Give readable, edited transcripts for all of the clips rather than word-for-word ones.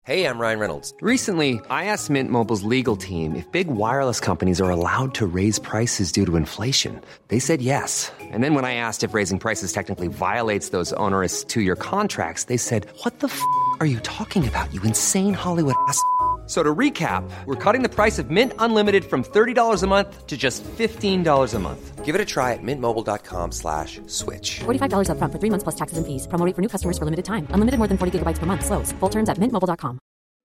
Hey, I'm Ryan Reynolds. Recently, I asked Mint Mobile's legal team if big wireless companies are allowed to raise prices due to inflation. They said yes. And then when I asked if raising prices technically violates those onerous two-year contracts, they said, "What the f*** are you talking about, you insane Hollywood ass?" So to recap, we're cutting the price of Mint Unlimited from $30 a month to just $15 a month. Give it a try at mintmobile.com/switch. $45 up front for 3 months plus taxes and fees. Promo rate for new customers for limited time. Unlimited more than 40 gigabytes per month. Slows full terms at mintmobile.com.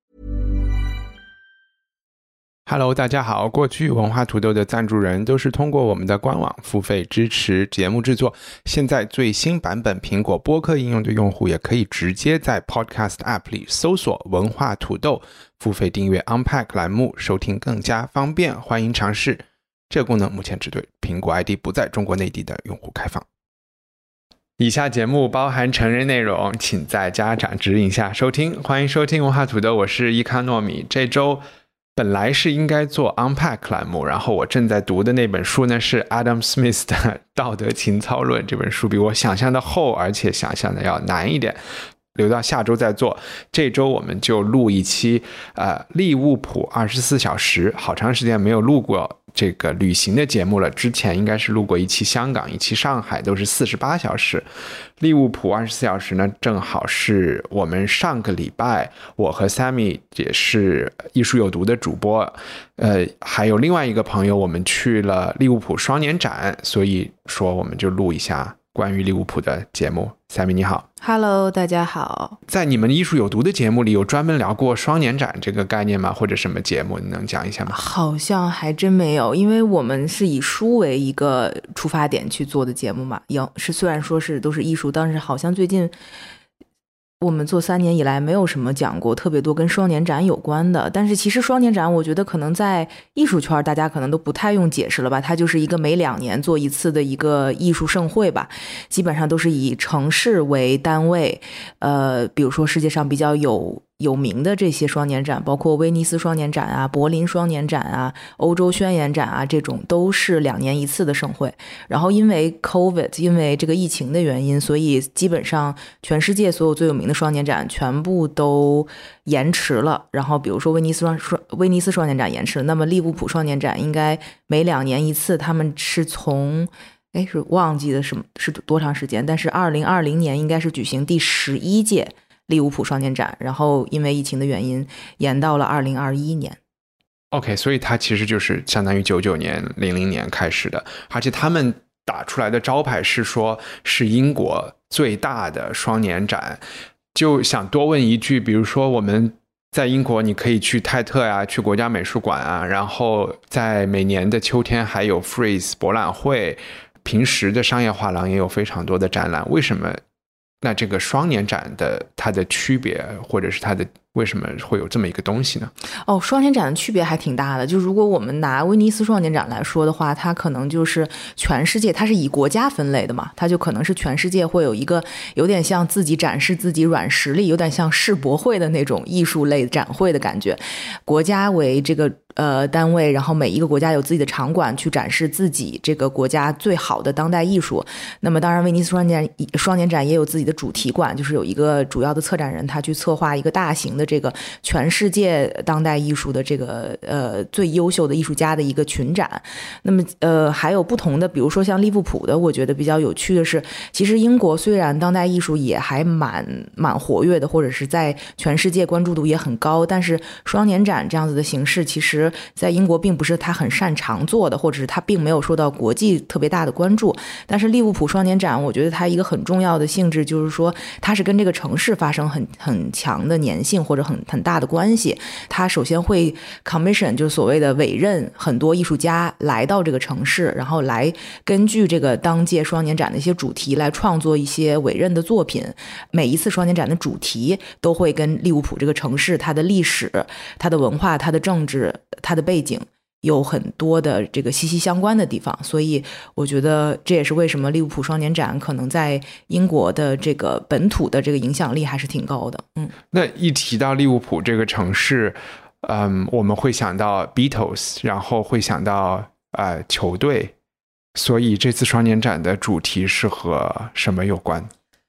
Hello， 大家好。过去文化土豆的赞助人都是通过我们的官网付费支持节目制作。现在最新版本苹果播客应用的用户也可以直接在 Podcast App 里搜索文化土豆，付费订阅 Unpack 栏目，收听更加方便。欢迎尝试。这个功能目前只对苹果 ID 不在中国内地的用户开放。以下节目包含成人内容，请在家长指引下收听。欢迎收听文化土豆，我是伊康糯米。这周本来是应该做 Unpack 栏目，然后我正在读的那本书呢是 Adam Smith 的《道德情操论》。这本书比我想象的厚，而且想象的要难一点，留到下周再做。这周我们就录一期利物浦24小时，好长时间没有录过这个旅行的节目了。之前应该是录过一期香港，一期上海，都是48小时。利物浦24小时呢，正好是我们上个礼拜我和 Sammy 也是艺术有毒的主播，还有另外一个朋友，我们去了利物浦双年展，所以说我们就录一下关于利物浦的节目。Sammy 你好。 Hello， 大家好。 在你们艺术有毒的节目里有专门聊过双年展这个概念吗？或者什么节目你能讲一下吗？ 好像还真没有，因为我们是以书为一个出发点去做的节目嘛。虽然说是都是艺术，但是好像最近我们做3年以来没有什么讲过特别多跟双年展有关的。但是其实双年展我觉得可能在艺术圈大家可能都不太用解释了吧，它就是一个每2年做一次的一个艺术盛会吧，基本上都是以城市为单位，比如说世界上比较有名的这些双年展，包括威尼斯双年展啊、柏林双年展啊、欧洲宣言展啊，这种都是2年一次的盛会。然后因为 COVID， 因为这个疫情的原因，所以基本上全世界所有最有名的双年展全部都延迟了。然后比如说威尼斯双年展延迟了，那么利物浦双年展应该每2年一次，他们是从是忘记的是多长时间，但是2020年应该是举行第11届利物浦双年展，然后因为疫情的原因延到了2021年。 OK， 所以它其实就是相当于99年、00年开始的，而且他们打出来的招牌是说是英国最大的双年展。就想多问一句，比如说我们在英国你可以去泰特呀，去国家美术馆啊，然后在每年的秋天还有 Frieze 博览会，平时的商业画廊也有非常多的展览。为什么那这个双年展的它的区别，或者是它的为什么会有这么一个东西呢？ 双年展的区别还挺大的。就如果我们拿威尼斯双年展来说的话，它可能就是全世界，它是以国家分类的嘛，它就可能是全世界会有一个有点像自己展示自己软实力，有点像世博会的那种艺术类展会的感觉。国家为这个单位，然后每一个国家有自己的场馆去展示自己这个国家最好的当代艺术。那么当然威尼斯双年展也有自己的主题馆，就是有一个主要的策展人，他去策划一个大型的这个全世界当代艺术的这个最优秀的艺术家的一个群展。那么还有不同的，比如说像利物浦的，我觉得比较有趣的是，其实英国虽然当代艺术也还蛮活跃的，或者是在全世界关注度也很高，但是双年展这样子的形式其实在英国并不是他很擅长做的，或者是他并没有受到国际特别大的关注。但是利物浦双年展我觉得它一个很重要的性质就是说它是跟这个城市发生很强的粘性或者很大的关系。它首先会 commission 就是所谓的委任很多艺术家来到这个城市，然后来根据这个当届双年展的一些主题来创作一些委任的作品。每一次双年展的主题都会跟利物浦这个城市它的历史、它的文化、它的政治、它的背景有很多的这个息息相关的地方。所以我觉得这也是为什么利物浦双年展可能在英国的这个本土的这个影响力还是挺高的。 那一提到利物浦这个城市，我们会想到 Beatles， 然后会想到球队，所以这次双年展的主题是和什么有关？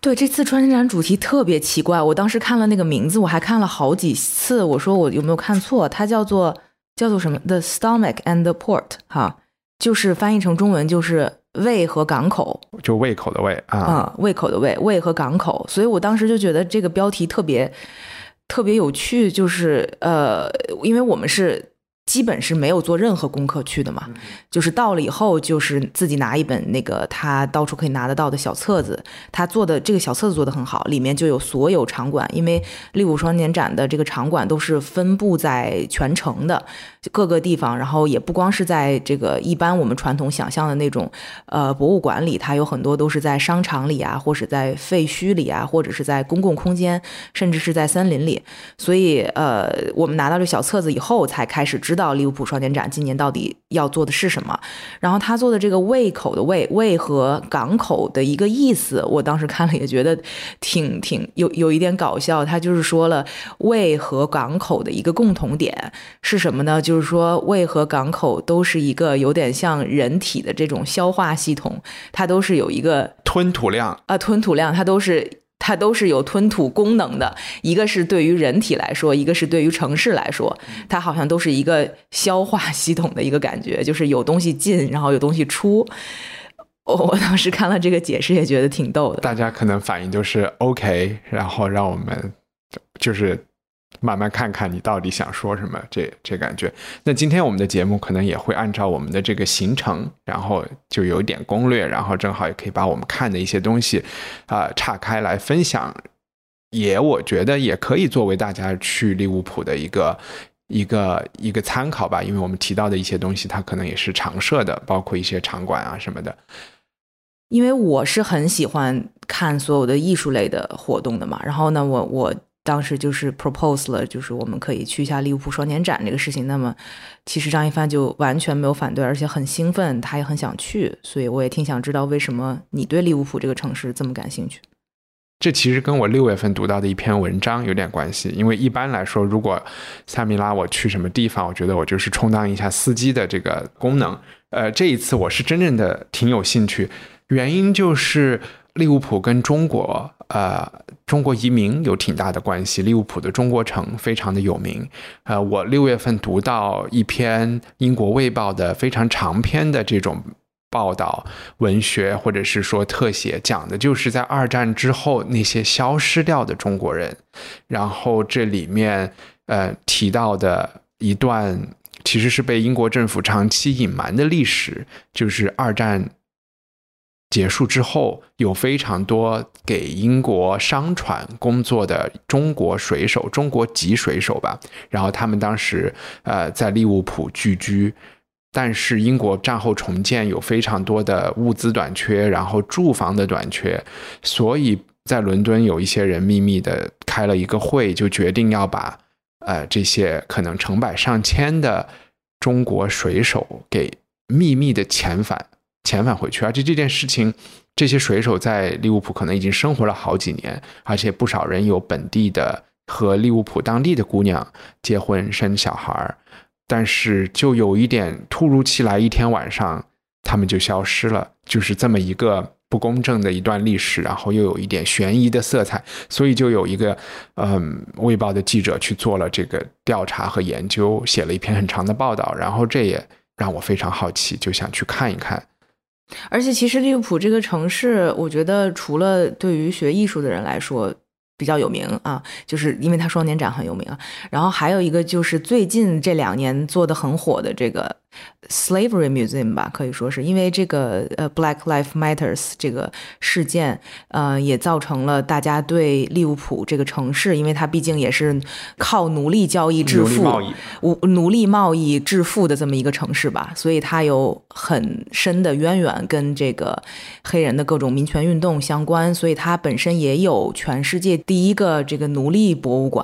对，这次双年展主题特别奇怪，我当时看了那个名字，我还看了好几次，我说我有没有看错？它叫做什么 The Stomach and the Port 哈，就是翻译成中文就是胃和港口， 就胃口的胃啊， 胃口的胃，胃和港口，所以我当时就觉得这个标题特别有趣，就是因为我们是基本是没有做任何功课去的嘛，就是到了以后就是自己拿一本那个他到处可以拿得到的小册子，他做的这个小册子做得很好，里面就有所有场馆，因为利物浦双年展的这个场馆都是分布在全城的各个地方，然后也不光是在这个一般我们传统想象的那种博物馆里，它有很多都是在商场里啊，或者在废墟里啊，或者是在公共空间，甚至是在森林里，所以我们拿到这小册子以后才开始知道利物浦双年展今年到底要做的是什么。然后他做的这个胃口的胃和港口的一个意思，我当时看了也觉得挺有一点搞笑。他就是说了胃和港口的一个共同点是什么呢？就是说胃和港口都是一个有点像人体的这种消化系统，它都是有一个吞吐量， 它都是有吞吐功能的，一个是对于人体来说，一个是对于城市来说，它好像都是一个消化系统的一个感觉，就是有东西进，然后有东西出。我当时看了这个解释也觉得挺逗的。 大家可能反应就是 OK， 然后让我们就是慢慢看看你到底想说什么，这感觉。那今天我们的节目可能也会按照我们的这个行程，然后就有一点攻略，然后正好也可以把我们看的一些东西岔开来分享，我觉得也可以作为大家去利物浦的一个参考吧，因为我们提到的一些东西它可能也是常设的，包括一些场馆啊什么的。 因为我是很喜欢看所有的艺术类的活动的嘛，然后呢我当时就是 propose 了，就是我们可以去一下利物浦双年展这个事情。那么其实张一帆就完全没有反对，而且很兴奋，他也很想去，所以我也挺想知道为什么你对利物浦这个城市这么感兴趣。 这其实跟我6月份读到的一篇文章有点关系，因为一般来说如果萨米拉我去什么地方，我觉得我就是充当一下司机的这个功能。这一次我是真正的挺有兴趣，原因就是利物浦跟中国移民有挺大的关系，利物浦的中国城非常的有名。我6月份读到一篇英国卫报的非常长篇的这种报道文学，或者是说特写，讲的就是在2战之后那些消失掉的中国人。然后这里面提到的一段其实是被英国政府长期隐瞒的历史，就是2战结束之后有非常多给英国商船工作的中国水手，中国籍水手吧，然后他们当时在利物浦聚居，但是英国战后重建有非常多的物资短缺，然后住房的短缺，所以在伦敦有一些人秘密的开了一个会，就决定要把这些可能成百上千的中国水手给秘密的遣返回去。而且这件事情，这些水手在利物浦可能已经生活了好几年，而且不少人有本地的和利物浦当地的姑娘结婚生小孩，但是就有一点突如其来，一天晚上他们就消失了，就是这么一个不公正的一段历史，然后又有一点悬疑的色彩，所以就有一个卫报的记者去做了这个调查和研究，写了一篇很长的报道，然后这也让我非常好奇，就想去看一看。 而且其实利物浦这个城市，我觉得除了对于学艺术的人来说比较有名啊，就是因为它双年展很有名啊。然后还有一个就是最近这2年做的很火的这个 Slavery Museum 吧，可以说是因为这个Black Lives Matters 这个事件，也造成了大家对利物浦这个城市，因为它毕竟也是靠奴隶交易致富、奴隶贸易致富的这么一个城市吧，所以它有很深的渊源跟这个黑人的各种民权运动相关，所以它本身也有全世界第一个这个奴隶博物馆。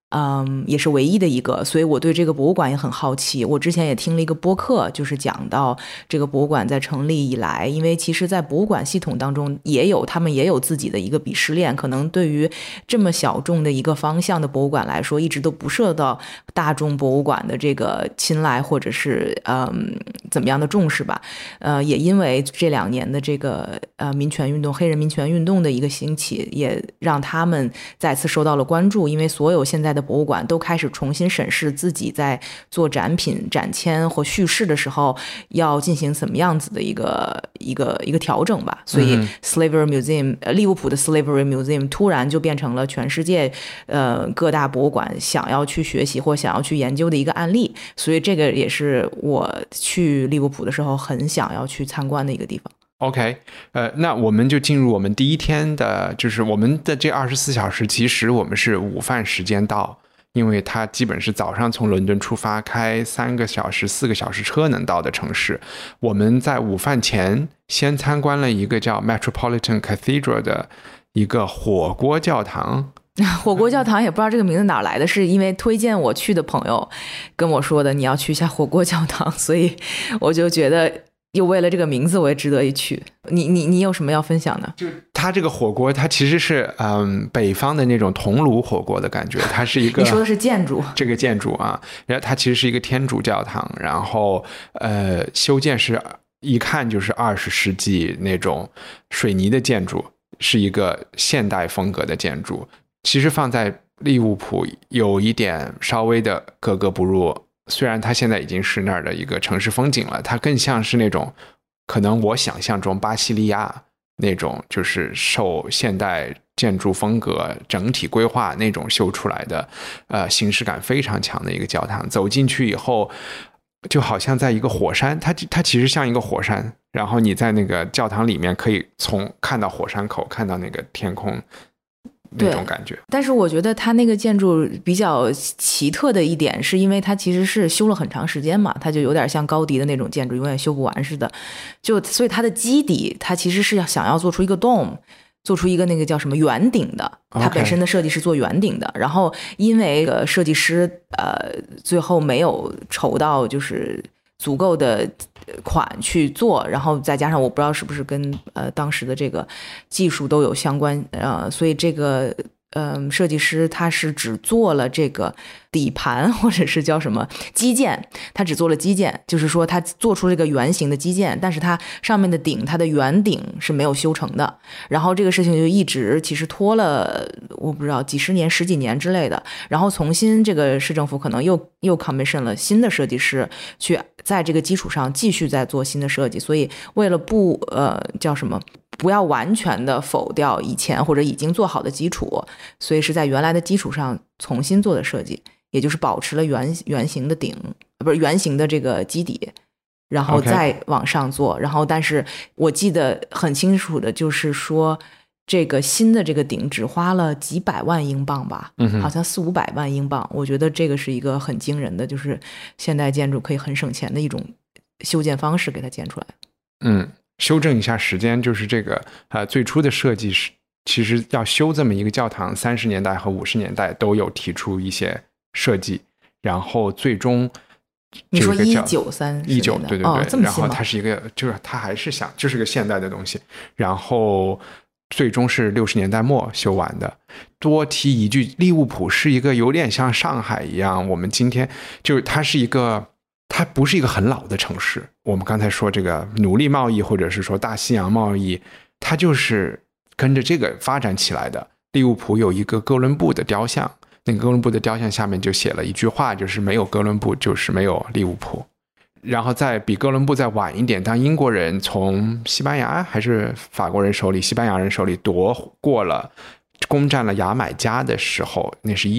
也是唯一的一个，所以我对这个博物馆也很好奇。我之前也听了一个播客，就是讲到这个博物馆在成立以来，因为其实在博物馆系统当中他们也有自己的一个鄙视链，可能对于这么小众的一个方向的博物馆来说，一直都不受到大众博物馆的这个青睐或者是怎么样的重视吧。也因为这2年的这个民权运动，黑人民权运动的一个兴起，也让他们再次受到了关注，因为所有现在的博物馆都开始重新审视自己在做展品展签或叙事的时候要进行怎么样子的一个调整吧。所以 Slavery Museum 利物浦的 Slavery Museum 突然就变成了全世界各大博物馆想要去学习或想要去研究的一个案例，所以这个也是我去利物浦的时候很想要去参观的一个地方。 OK， 那我们就进入我们第一天的，就是我们的这24小时，其实我们是午饭时间到，因为它基本是早上从伦敦出发，开3个小时、4个小时车能到的城市。我们在午饭前先参观了一个叫 Metropolitan Cathedral 的一个火锅教堂。 火锅教堂也不知道这个名字哪来的，是因为推荐我去的朋友跟我说的，你要去一下火锅教堂，所以我就觉得又为了这个名字我也值得一去。你有什么要分享的？ 就它这个火锅，它其实是北方的那种铜炉火锅的感觉，它是一个你说的是建筑， 这个建筑啊，然后它其实是一个天主教堂，然后修建是一看就是20世纪那种水泥的建筑，是一个现代风格的建筑。其实放在利物浦有一点稍微的格格不入，虽然它现在已经是那儿的一个城市风景了，它更像是那种可能我想象中巴西利亚那种就是受现代建筑风格整体规划那种修出来的形式感非常强的一个教堂。走进去以后就好像在一个火山，它其实像一个火山，然后你在那个教堂里面可以看到火山口，看到那个天空那种感觉。但是我觉得它那个建筑比较奇特的一点是因为它其实是修了很长时间嘛，它就有点像高迪的那种建筑永远修不完似的，所以它的基底它其实是想要做出一个 dome， 做出一个那个叫什么圆顶的，它本身的设计是做圆顶的，然后因为设计师最后没有筹到就是足够的款去做，然后再加上我不知道是不是跟当时的这个技术都有相关，所以这个设计师他是只做了这个底盘或者是叫什么基建，他只做了基建，就是说他做出这个圆形的基建，但是他上面的顶，它的圆顶是没有修成的。然后这个事情就一直其实拖了我不知道几十年10几年之类的，然后重新这个市政府可能又 commission 了新的设计师去在这个基础上继续再做新的设计，所以为了不要完全的否掉以前或者已经做好的基础，所以是在原来的基础上重新做的设计，也就是保持了圆形的顶，不是圆形的这个基底，然后再往上做。然后但是我记得很清楚的就是说这个新的这个顶只花了几百万英镑吧，好像400-500万英镑。我觉得这个是一个很惊人的，就是现代建筑可以很省钱的一种修建方式给它建出来。 修正一下时间，就是这个最初的设计是其实要修这么一个教堂，30年代和50年代都有提出一些设计，然后最终你说1930年 19对对对，这么然后它是一个就是它还是想就是个现代的东西，然后最终是60年代末修完的。多提一句，利物浦是一个有点像上海一样，我们今天就是它不是一个很老的城市。我们刚才说这个奴隶贸易或者是说大西洋贸易，它就是跟着这个发展起来的。利物浦有一个哥伦布的雕像，那个哥伦布的雕像下面就写了一句话，就是没有哥伦布就是没有利物浦。然后再比哥伦布再晚一点，当英国人从西班牙还是法国人手里，西班牙人手里夺过了攻占了牙买加的时候，那是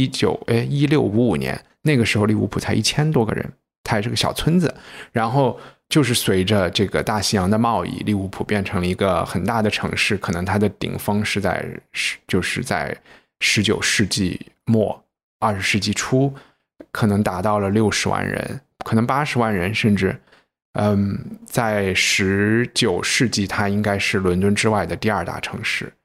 1655年，那个时候利物浦才1000多个人，它还是个小村子。然后就是随着这个大西洋的贸易，利物浦变成了一个很大的城市，可能它的顶峰是就是在19世纪末20世纪初，可能达到了60万人，可能80万人，甚至在19世纪它应该是伦敦之外的第2大城市。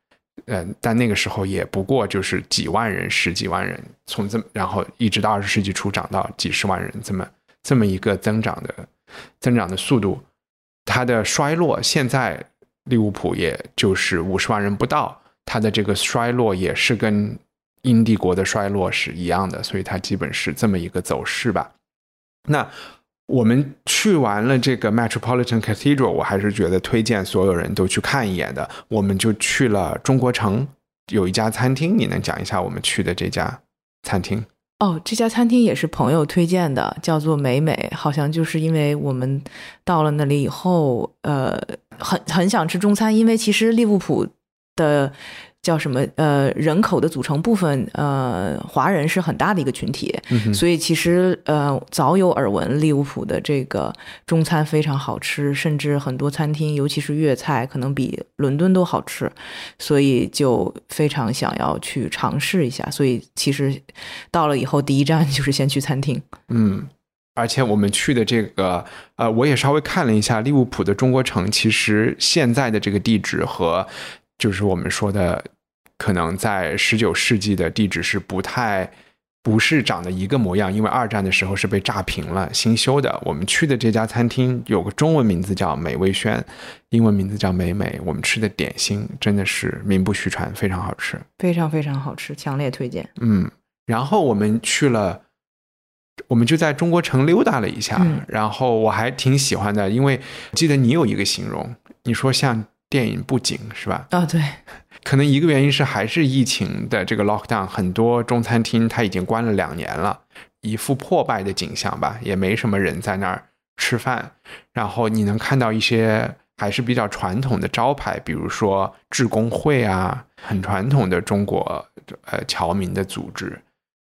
但那个时候也不过就是几万人、十几万人，然后一直到20世纪初涨到几十万人，这么一个增长的速度。它的衰落，现在利物浦也就是50万人不到，它的这个衰落也是跟英帝国的衰落是一样的，所以它基本是这么一个走势吧。那我们去完了这个 Metropolitan Cathedral， 我还是觉得推荐所有人都去看一眼的。我们就去了中国城，有一家餐厅，你能讲一下我们去的这家餐厅？ 这家餐厅也是朋友推荐的，叫做美美，好像就是因为我们到了那里以后，很想吃中餐，因为其实利物浦的叫什么人口的组成部分华人是很大的一个群体，所以其实早有耳闻利物浦的这个中餐非常好吃，甚至很多餐厅尤其是粤菜可能比伦敦都好吃，所以就非常想要去尝试一下，所以其实到了以后第一站就是先去餐厅。 而且我们去的这个我也稍微看了一下利物浦的中国城，其实现在的这个地址和就是我们说的可能在19世纪的地址是不是长得一个模样，因为2战的时候是被炸平了，新修的。我们去的这家餐厅有个中文名字叫美味轩，英文名字叫美美，我们吃的点心真的是名不虚传，非常好吃， 非常非常好吃，强烈推荐。 然后我们就在中国城溜达了一下，然后我还挺喜欢的，因为记得你有一个形容，你说像电影布景是吧？ 对， 可能一个原因是还是疫情的这个 lockdown， 很多中餐厅它已经关了2年了，一副破败的景象吧，也没什么人在那儿吃饭，然后你能看到一些还是比较传统的招牌，比如说致公会啊，很传统的中国侨民的组织。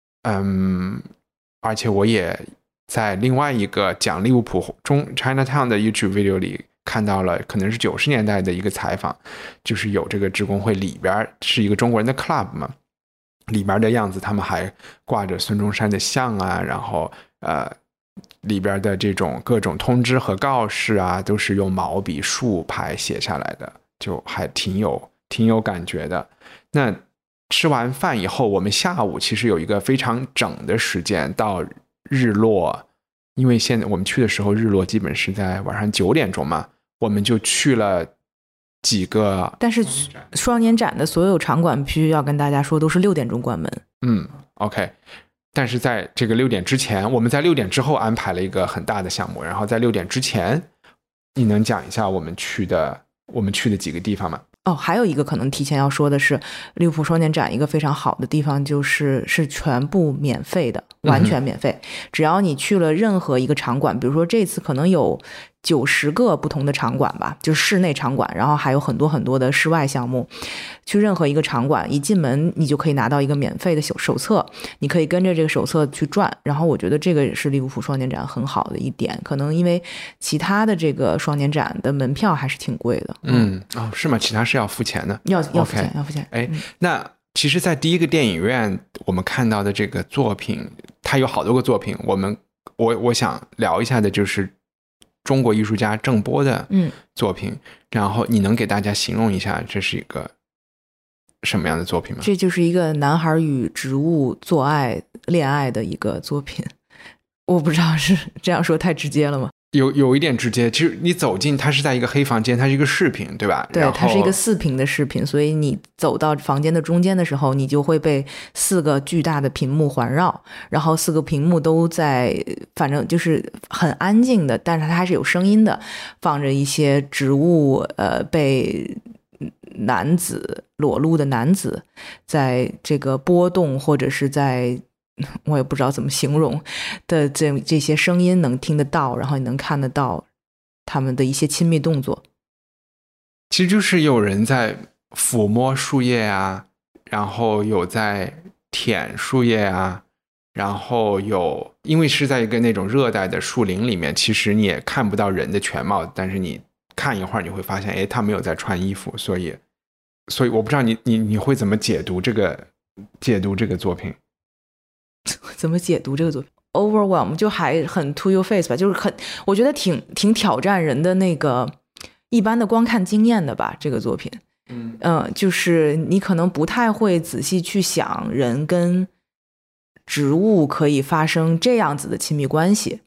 而且我也在另外一个讲利物浦Chinatown 的 YouTube video 里看到了可能是90年代的一个采访，就是有这个致公会里边是一个中国人的 club 嘛，里边的样子他们还挂着孙中山的像啊，然后里边的这种各种通知和告示啊都是用毛笔竖排写下来的，就还挺有感觉的。那吃完饭以后，我们下午其实有一个非常整的时间到日落，因为现在我们去的时候日落基本是在晚上9点钟嘛，我们就去了几个， 但是双年展的所有场馆必须要跟大家说都是6点钟关门。 OK， 但是在这个6点之前，我们在6点之后安排了一个很大的项目，然后在6点之前，你能讲一下我们去的几个地方吗？ 还有一个可能提前要说的是，利物浦双年展一个非常好的地方是全部免费的，完全免费。只要你去了任何一个场馆，比如说这次可能有90个不同的场馆吧，就是室内场馆，然后还有很多很多的室外项目。去任何一个场馆，一进门你就可以拿到一个免费的手册，你可以跟着这个手册去转。然后我觉得这个是利物浦双年展很好的一点，可能因为其他的这个双年展的门票还是挺贵的。 是吗？其他是要付钱的？ 要付钱，要付钱。 那其实在第一个电影院我们看到的这个作品，它有好多个作品，我想聊一下的就是中国艺术家郑波的作品，然后你能给大家形容一下这是一个什么样的作品吗？ 这就是一个男孩与植物做爱恋爱的一个作品，我不知道是这样说太直接了吗？ 有一点直接，其实你走进它是在一个黑房间，它是一个视频对吧？ 对，它是一个4屏的视频，所以你走到房间的中间的时候，你就会被4个巨大的屏幕环绕，然后4个屏幕都在反正就是很安静的，但是它还是有声音的，放着一些植物被裸露的男子在这个波动，或者是在我也不知道怎么形容的这些声音能听得到，然后你能看得到他们的一些亲密动作。 其实就是有人在抚摸树叶啊，然后有在舔树叶啊，然后因为是在一个那种热带的树林里面，其实你也看不到人的全貌，但是你看一会儿你会发现他没有在穿衣服，所以我不知道你会怎么解读这个作品。 怎么解读这个作品 ？Overwhelm 就还很 to your face 吧，就是我觉得挺挑战人的那个一般的观看经验的吧。这个作品就是你可能不太会仔细去想人跟植物可以发生这样子的亲密关系。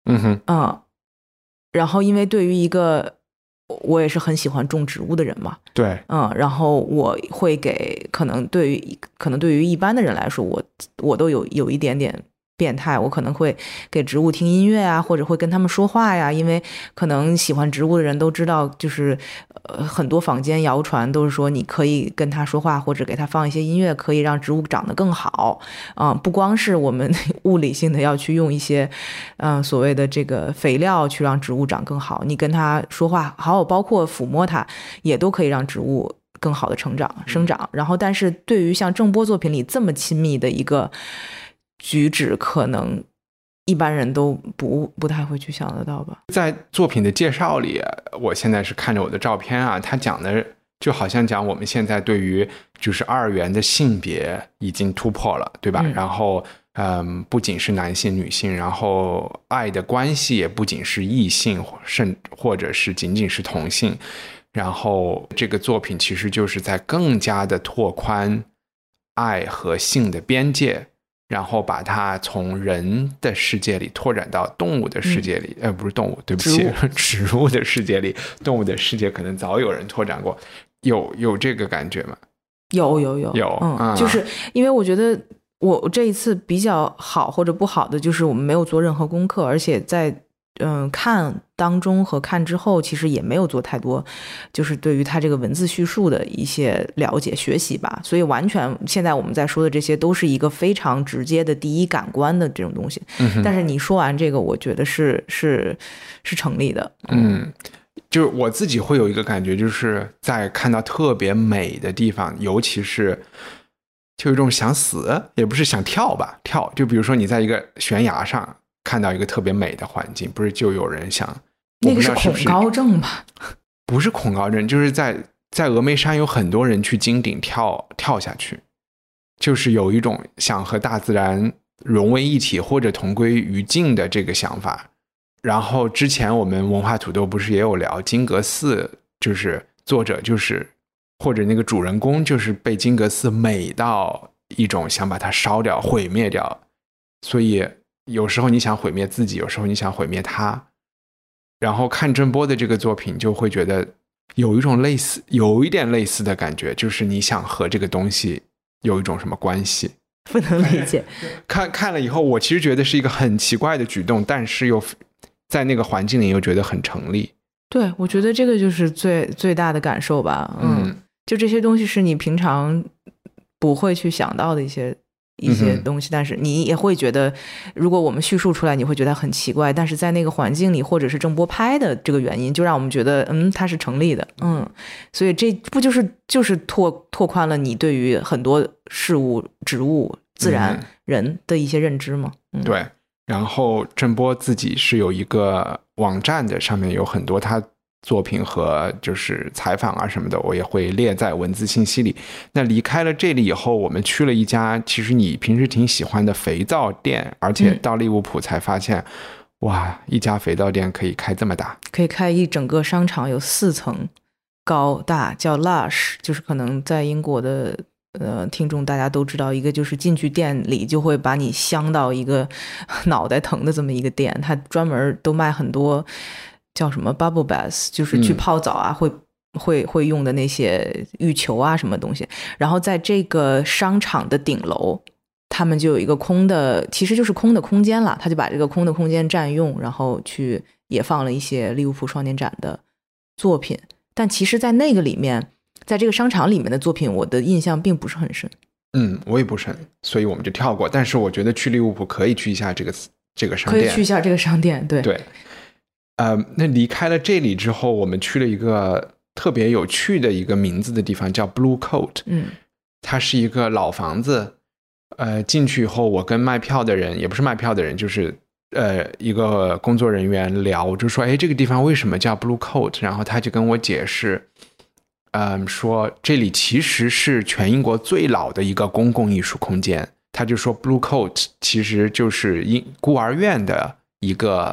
然后因为对于一个我也是很喜欢种植物的人嘛， 对， 然后我会给可能对于一般的人来说，我都有一点点变态，我可能会给植物听音乐啊，或者会跟他们说话呀，因为可能喜欢植物的人都知道，就是很多坊间谣传都是说你可以跟他说话，或者给他放一些音乐，可以让植物长得更好。不光是我们物理性的要去用一些所谓的这个肥料去让植物长更好，你跟他说话，还有包括抚摸它，也都可以让植物更好的生长。然后但是对于像郑波作品里这么亲密的一个举止，可能一般人都不太会去想得到吧。 在作品的介绍里，我现在是看着我的照片啊，他讲的就好像讲我们现在对于就是二元的性别已经突破了，对吧？然后不仅是男性女性，然后爱的关系也不仅是异性或者是仅仅是同性，然后这个作品其实就是在更加的拓宽爱和性的边界，然后把它从人的世界里拓展到动物的世界里，不是动物，对不起，植物的世界里。动物的世界可能早有人拓展过，有这个感觉吗？有， 就是因为我觉得我这一次比较好或者不好的就是我们没有做任何功课，而且在看当中和看之后其实也没有做太多就是对于他这个文字叙述的一些了解学习吧，所以完全现在我们在说的这些都是一个非常直接的第一感官的这种东西。但是你说完这个我觉得是成立的。 就是我自己会有一个感觉，就是在看到特别美的地方，尤其是就有一种想死，也不是想跳吧，就比如说你在一个悬崖上看到一个特别美的环境，不是就有人想， 那个是恐高症吧？ 不是恐高症，就是在峨眉山有很多人去金顶跳下去，就是有一种想和大自然融为一体或者同归于尽的这个想法。然后之前我们文化土豆不是也有聊金阁寺，就是作者就是或者那个主人公就是被金阁寺美到一种想把它烧掉毁灭掉，所以有时候你想毁灭自己，有时候你想毁灭他。然后看郑波的这个作品就会觉得有一点类似的感觉，就是你想和这个东西有一种什么关系， 不能理解。 看了以后我其实觉得是一个很奇怪的举动，但是又在那个环境里又觉得很成立。对， 我觉得这个就是最大的感受吧。就这些东西是你平常不会去想到的一些东西，但是你也会觉得如果我们叙述出来你会觉得很奇怪，但是在那个环境里或者是郑波拍的这个原因就让我们觉得它是成立的。所以这不就是拓宽了你对于很多事物植物自然人的一些认知吗？ 对。然后郑波自己是有一个网站的，上面有很多他作品和就是采访啊什么的，我也会列在文字信息里。那离开了这里以后，我们去了一家其实你平时挺喜欢的肥皂店，而且到利物浦才发现，哇，一家肥皂店可以开这么大， 可以开一整个商场，有4层高大，叫 Lush， 就是可能在英国的听众大家都知道，一个就是进去店里就会把你香到一个脑袋疼的这么一个店，它专门都卖很多叫什么 bubble bath， 就是去泡澡啊，会用的那些浴球啊什么东西。然后在这个商场的顶楼他们就有一个空的，其实就是空的空间了，他就把这个空的空间占用，然后去也放了一些利物浦双年展的作品。但其实在那个里面，在这个商场里面的作品我的印象并不是很深。 我也不深，所以我们就跳过。但是我觉得去利物浦可以去一下这个商店， 可以去一下这个商店。对。 那离开了这里之后，我们去了一个特别有趣的一个名字的地方，叫 Blue Coat。它是一个老房子。进去以后，我跟卖票的人，也不是卖票的人，就是一个工作人员聊，我就说，这个地方为什么叫 Blue Coat？ 然后他就跟我解释，说这里其实是全英国最老的一个公共艺术空间。他就说 Blue Coat 其实就是孤儿院的一个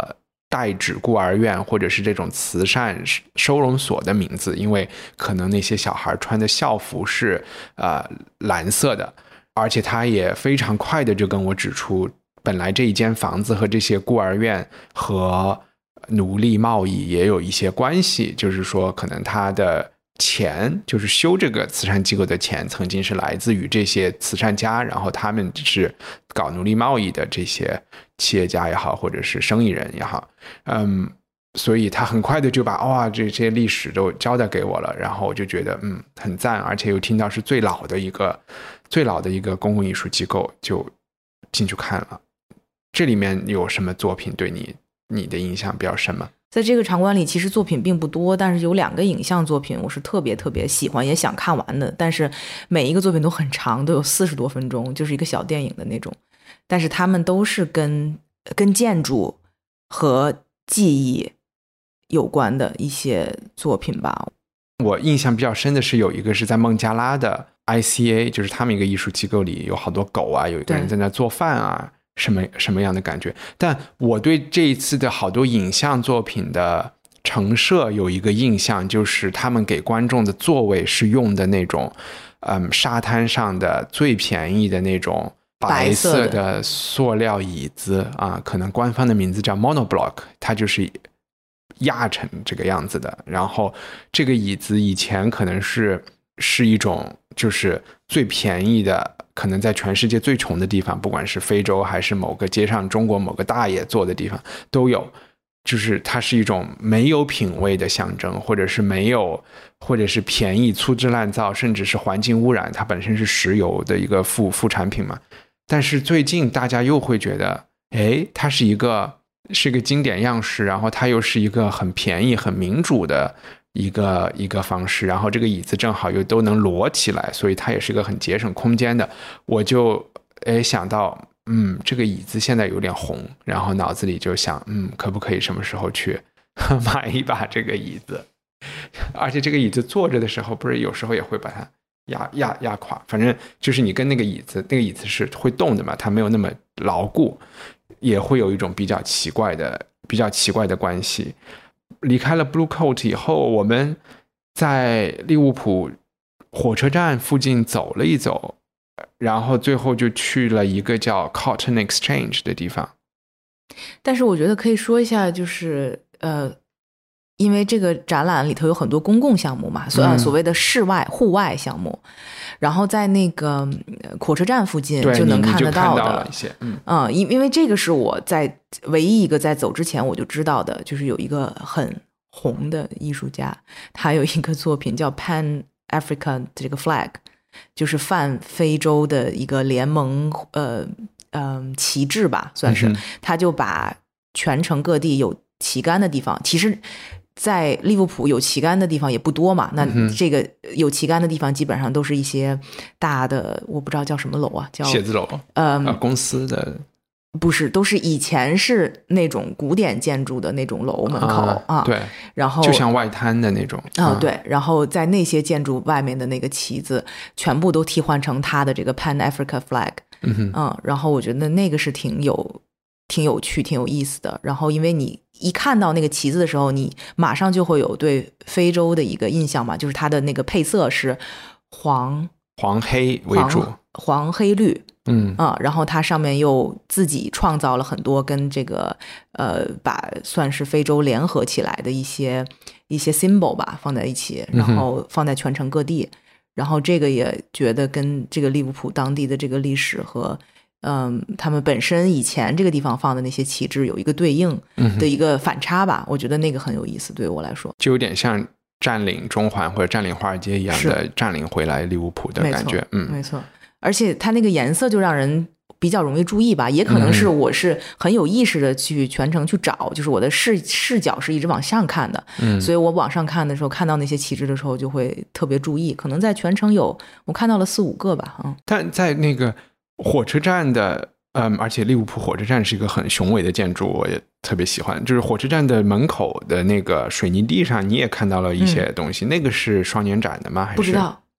代指孤儿院或者是这种慈善收容所的名字，因为可能那些小孩穿的校服是蓝色的，而且他也非常快的就跟我指出，本来这一间房子和这些孤儿院和奴隶贸易也有一些关系，就是说可能他的钱，就是修这个慈善机构的钱曾经是来自于这些慈善家，然后他们是搞奴隶贸易的这些企业家也好或者是生意人也好，所以他很快的就把这些历史都交代给我了，然后我就觉得很赞，而且又听到是最老的一个公共艺术机构，就进去看了。这里面有什么作品对你的印象比较深吗？ 在这个场馆里其实作品并不多，但是有2个影像作品我是特别特别喜欢也想看完的，但是每一个作品都很长，都有40多分钟，就是一个小电影的那种，但是他们都是跟建筑和记忆有关的一些作品吧。 我印象比较深的是有一个是在孟加拉的 ICA， 就是他们一个艺术机构里有好多狗啊，有一个人在那做饭啊，什么样的感觉。但我对这一次的好多影像作品的陈设有一个印象，就是他们给观众的座位是用的那种沙滩上的最便宜的那种白色的塑料椅子啊，可能官方的名字叫 monoblock， 它就是压成这个样子的。然后这个椅子以前可能是一种就是最便宜的，可能在全世界最穷的地方，不管是非洲还是某个街上中国某个大爷坐的地方都有，就是它是一种没有品味的象征，或者是便宜粗制滥造，甚至是环境污染，它本身是石油的一个副产品嘛。但是最近大家又会觉得它是一个经典样式，然后它又是一个很便宜很民主的一个方式，然后这个椅子正好又都能摞起来，所以它也是一个很节省空间的。我就想到这个椅子现在有点红，然后脑子里就想可不可以什么时候去买一把这个椅子。而且这个椅子坐着的时候不是有时候也会把它压垮，反正就是你跟那个椅子是会动的嘛，它没有那么牢固，也会有一种比较奇怪的关系。离开了 Blue Coat 以后，我们在利物浦火车站附近走了一走，然后最后就去了一个叫 Cotton Exchange 的地方。 但是我觉得可以说一下，就是因为这个展览里头有很多公共项目嘛，所谓的户外项目，然后在那个火车站附近就能看得到的。 你就看到了一些因为这个是我在唯一一个在走之前我就知道的，就是有一个很红的艺术家，他有一个作品叫 Pan Africa 这个 flag， 就是泛非洲的一个联盟旗帜吧，算是。他就把全城各地有旗杆的地方，其实在利物浦有旗杆的地方也不多嘛，那这个有旗杆的地方基本上都是一些大的，我不知道叫什么楼啊，叫写字楼，公司的， 不是，都是以前是那种古典建筑的那种楼门口对， 然后就像外滩的那种对，然后在那些建筑外面的那个旗子全部都替换成它的这个 Pan Africa flag，然后我觉得那个是挺有趣挺有意思的。然后因为你一看到那个旗子的时候，你马上就会有对非洲的一个印象嘛，就是它的那个配色是黄黑为主， 黄黑绿，然后它上面又自己创造了很多跟这个把算是非洲联合起来的一些 symbol 吧，放在一起，然后放在全城各地，然后这个也觉得跟这个利物浦当地的这个历史和他们本身以前这个地方放的那些旗帜有一个对应的一个反差吧，我觉得那个很有意思，对我来说就有点像占领中环或者占领华尔街一样的占领回来利物浦的感觉。 没错，而且它那个颜色就让人比较容易注意吧，也可能是我是很有意识的去全程去找，就是我的视角是一直往上看的，所以我往上看的时候看到那些旗帜的时候就会特别注意，可能在全程我看到了4-5个吧。 但在那个火车站的而且利物浦火车站是一个很雄伟的建筑，我也特别喜欢，就是火车站的门口的那个水泥地上你也看到了一些东西，那个是双年展的吗？还是不知道，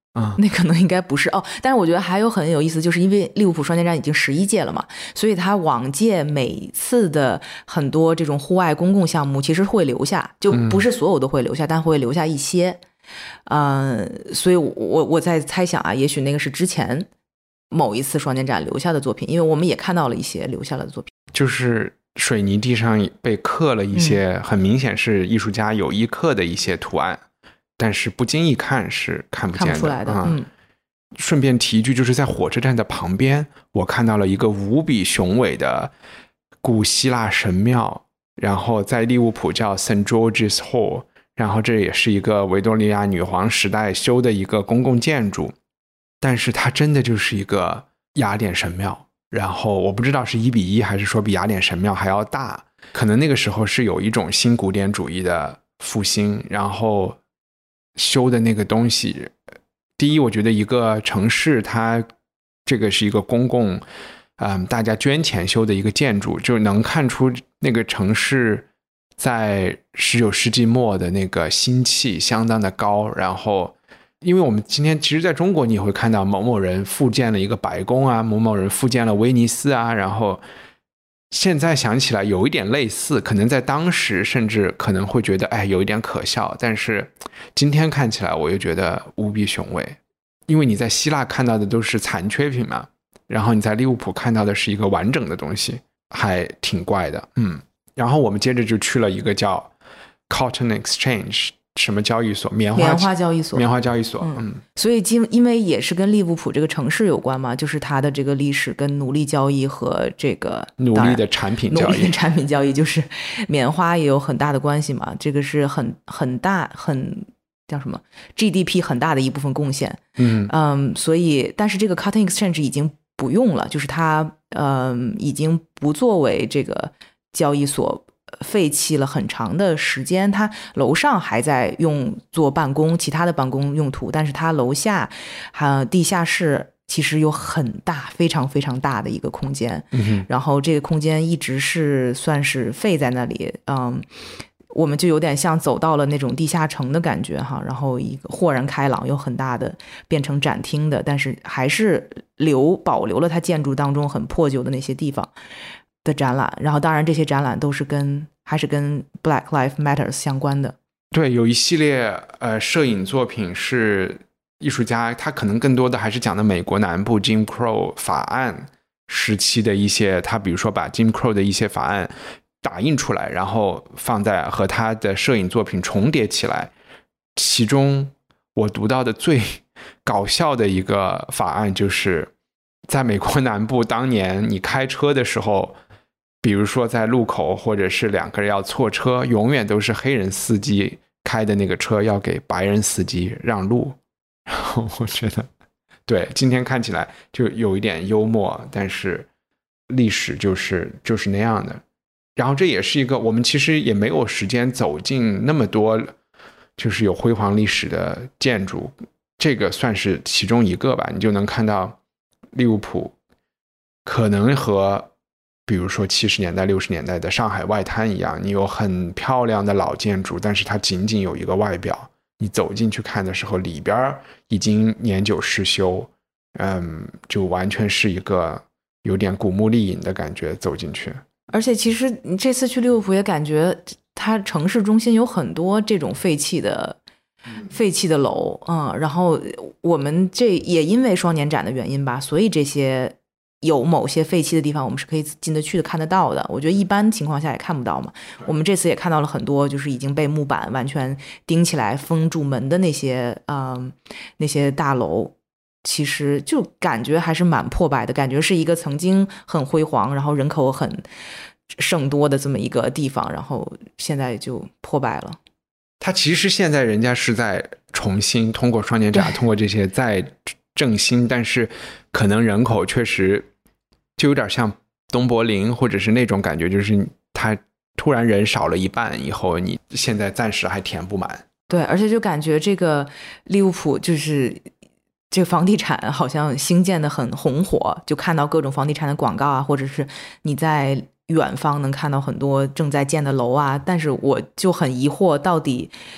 那可能应该不是哦。但是我觉得还有很有意思，就是因为利物浦双年展已经11届了嘛，所以它往届每次的很多这种户外公共项目其实会留下，就不是所有都会留下，但会留下一些。所以我在猜想啊，也许那个是之前某一次双年展留下的作品，因为我们也看到了一些留下了的作品， 就是水泥地上被刻了一些很明显是艺术家有意刻的一些图案，但是不经意看是看不见的， 看不出来的。 顺便提一句，就是在火车站的旁边，我看到了一个无比雄伟的古希腊神庙，然后在利物浦叫 St. George's Hall， 然后这也是一个维多利亚女皇时代修的一个公共建筑，但是它真的就是一个雅典神庙，然后我不知道是1:1还是说比雅典神庙还要大，可能那个时候是有一种新古典主义的复兴，然后修的那个东西，第一我觉得一个城市它这个是一个公共大家捐钱修的一个建筑，就能看出那个城市在19世纪末的那个心气相当的高。然后因为我们今天其实在中国你也会看到某某人复建了一个白宫啊，某某人复建了威尼斯啊，然后现在想起来有一点类似，可能在当时甚至可能会觉得有一点可笑，但是今天看起来我又觉得无比雄伟，因为你在希腊看到的都是残缺品嘛，然后你在利物浦看到的是一个完整的东西，还挺怪的。然后我们接着就去了一个叫 Cotton Exchange 什么交易所，棉花交易所。 所以因为也是跟利物浦这个城市有关嘛，就是它的这个历史跟奴隶交易和这个奴隶的产品交易就是棉花也有很大的关系嘛，这个是很大叫什么 GDP 很大的一部分贡献。所以但是这个 Cotton Exchange 已经不用了，就是它已经不作为这个交易所，废弃了很长的时间。它楼上还在用做办公，其他的办公用途，但是它楼下地下室其实有很大非常非常大的一个空间。然后这个空间一直是算是废在那里。我们就有点像走到了那种地下城的感觉哈，然后一个豁然开朗又很大的变成展厅的，但是还是保留了它建筑当中很破旧的那些地方的展览。然后当然这些展览都是还是跟 Black Lives Matter 相关的。 对，有一系列摄影作品是艺术家他可能更多的还是讲的美国南部 Jim Crow 法案时期的一些，他比如说把 Jim Crow 的一些法案打印出来，然后放在和他的摄影作品重叠起来。其中我读到的最搞笑的一个法案，就是在美国南部当年你开车的时候，比如说在路口或者是两个人要错车，永远都是黑人司机开的那个车要给白人司机让路。然后我觉得对，今天看起来就有一点幽默，但是历史就是那样的。然后这也是一个我们其实也没有时间走进那么多就是有辉煌历史的建筑，这个算是其中一个吧。你就能看到利物浦可能和比如说70年代60年代的上海外滩一样，你有很漂亮的老建筑，但是它仅仅有一个外表，你走进去看的时候里边已经年久失修，就完全是一个有点古墓丽影的感觉走进去。 而且其实你这次去利物浦也感觉它城市中心有很多这种废弃的楼，然后我们这也因为双年展的原因吧，所以这些有某些废弃的地方我们是可以进得去的看得到的，我觉得一般情况下也看不到嘛。我们这次也看到了很多就是已经被木板完全钉起来封住门的那些大楼，其实就感觉还是蛮破败的，感觉是一个曾经很辉煌然后人口很盛多的这么一个地方，然后现在就破败了。 它其实现在人家是在重新通过双年展通过这些在振兴，但是可能人口确实就有点像东柏林或者是那种感觉，就是它突然人少了一半以后，你现在暂时还填不满。 对，而且就感觉这个利物浦就是这个房地产好像兴建的很红火，就看到各种房地产的广告啊，或者是你在远方能看到很多正在建的楼啊，但是我就很疑惑，到底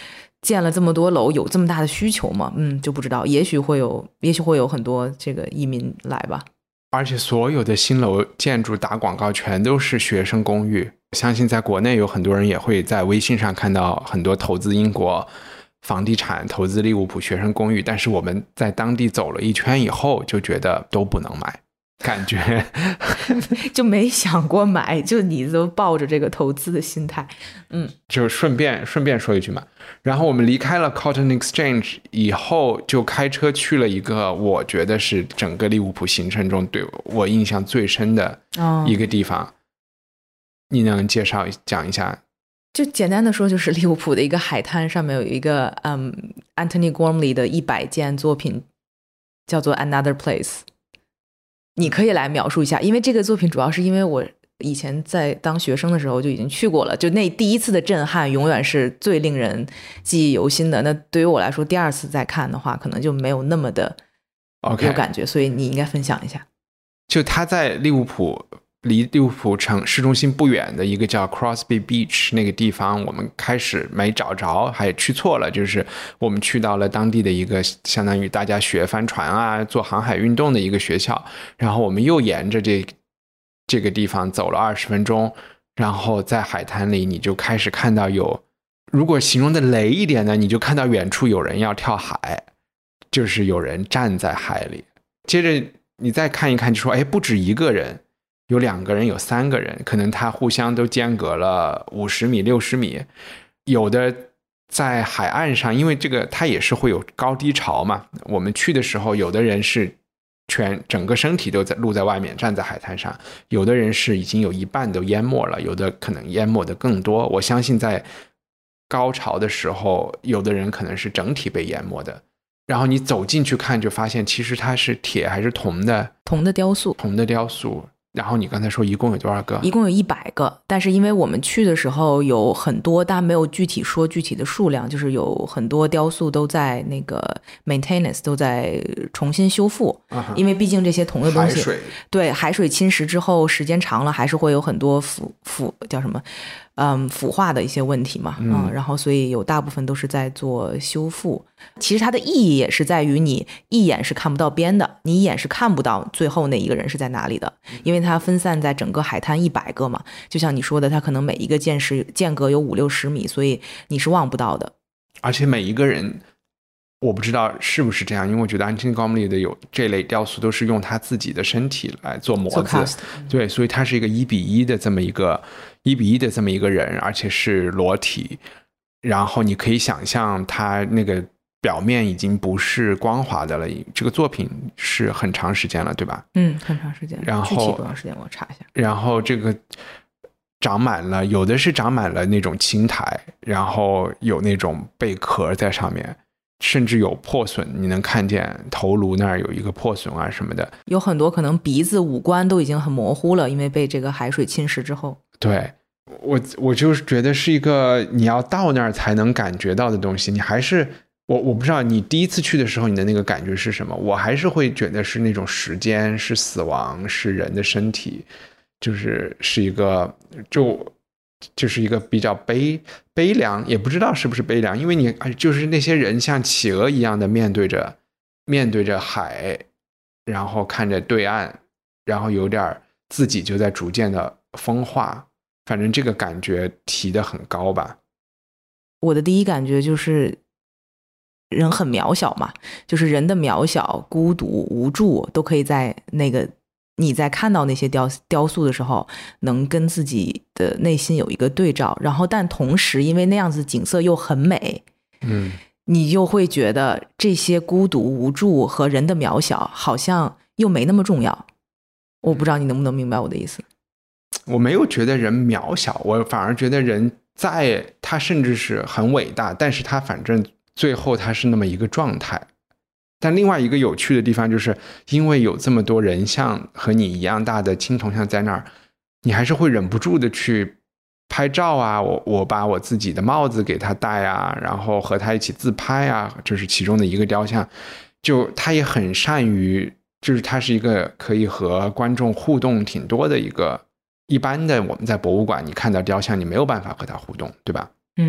建了这么多楼，有这么大的需求吗？就不知道，也许会有很多这个移民来吧。 而且所有的新楼建筑打广告全都是学生公寓，相信在国内有很多人也会在微信上看到很多投资英国房地产、投资利物浦学生公寓，但是我们在当地走了一圈以后就觉得都不能买，感觉就没想过买，就你都抱着这个投资的心态。 就顺便说一句嘛，然后我们离开了 Cotton Exchange 以后，就开车去了一个我觉得是整个利物浦行程中对我印象最深的一个地方。你能介绍讲一下？ 就简单的说，就是利物浦的一个海滩上面有一个Anthony Gormley 的100件作品，叫做 Another Place。你可以来描述一下，因为这个作品主要是因为我以前在当学生的时候就已经去过了，就那第一次的震撼永远是最令人记忆犹新的。那对于我来说，第二次再看的话可能就没有那么的有感觉，所以你应该分享一下。 就他在利物浦离利物浦城市中心不远的一个叫 Crosby Beach 那个地方，我们开始没找着，还去错了，就是我们去到了当地的一个相当于大家学帆船啊做航海运动的一个学校，然后我们又沿着这个地方走了20分钟，然后在海滩里你就开始看到如果形容的雷一点呢，你就看到远处有人要跳海，就是有人站在海里。接着你再看一看就说，哎，不止一个人，有2个人，有3个人，可能他互相都间隔了50米60米。有的在海岸上，因为这个它也是会有高低潮嘛，我们去的时候有的人是整个身体都露在外面站在海滩上，有的人是已经有一半都淹没了，有的可能淹没的更多。我相信在高潮的时候有的人可能是整体被淹没的。然后你走进去看就发现其实它是铁还是铜的雕塑。然后你刚才说一共有多少个？一共有100个，但是因为我们去的时候有很多，但没有具体说具体的数量，就是有很多雕塑都在那个 maintenance 都在重新修复，因为毕竟这些铜的东西，对海水侵蚀之后时间长了还是会有很多叫什么腐化的一些问题嘛，然后所以有大部分都是在做修复。其实它的意义也是在于你一眼是看不到边的，你一眼是看不到最后那一个人是在哪里的，因为它分散在整个海滩100个嘛，就像你说的，它可能每一个间隔有50-60米，所以你是望不到的。 而且每一个人我不知道是不是这样，因为我觉得 Anthony Gormley 的有这类雕塑都是用他自己的身体来做模子，对，所以他是一个1:1的这么一个人，而且是裸体，然后你可以想象他那个表面已经不是光滑的了。这个作品是很长时间了，对吧？很长时间。然后具体多长时间我查一下。然后这个长满了，有的是长满了那种青苔，然后有那种贝壳在上面，甚至有破损，你能看见头颅那儿有一个破损啊什么的。有很多可能鼻子五官都已经很模糊了，因为被这个海水侵蚀之后。对，我就是觉得是一个你要到那儿才能感觉到的东西。你还是我不知道你第一次去的时候你的那个感觉是什么，我还是会觉得是那种时间，是死亡，是人的身体，是一个就是一个比较悲凉，也不知道是不是悲凉，因为你就是那些人像企鹅一样的面对着海，然后看着对岸，然后有点自己就在逐渐的风化，反正这个感觉提得很高吧。我的第一感觉就是人很渺小嘛，就是人的渺小、孤独、无助都可以在那个你在看到那些雕塑的时候能跟自己的内心有一个对照，然后但同时因为那样子景色又很美，你就会觉得这些孤独无助和人的渺小好像又没那么重要。我不知道你能不能明白我的意思。我没有觉得人渺小，我反而觉得人他甚至是很伟大，但是他反正最后他是那么一个状态。但另外一个有趣的地方就是因为有这么多人像和你一样大的青铜像在那儿，你还是会忍不住的去拍照啊，我把我自己的帽子给他戴啊，然后和他一起自拍啊，这是其中的一个雕像。就他也很善于，就是他是一个可以和观众互动挺多的一般的我们在博物馆你看到雕像你没有办法和他互动，对吧？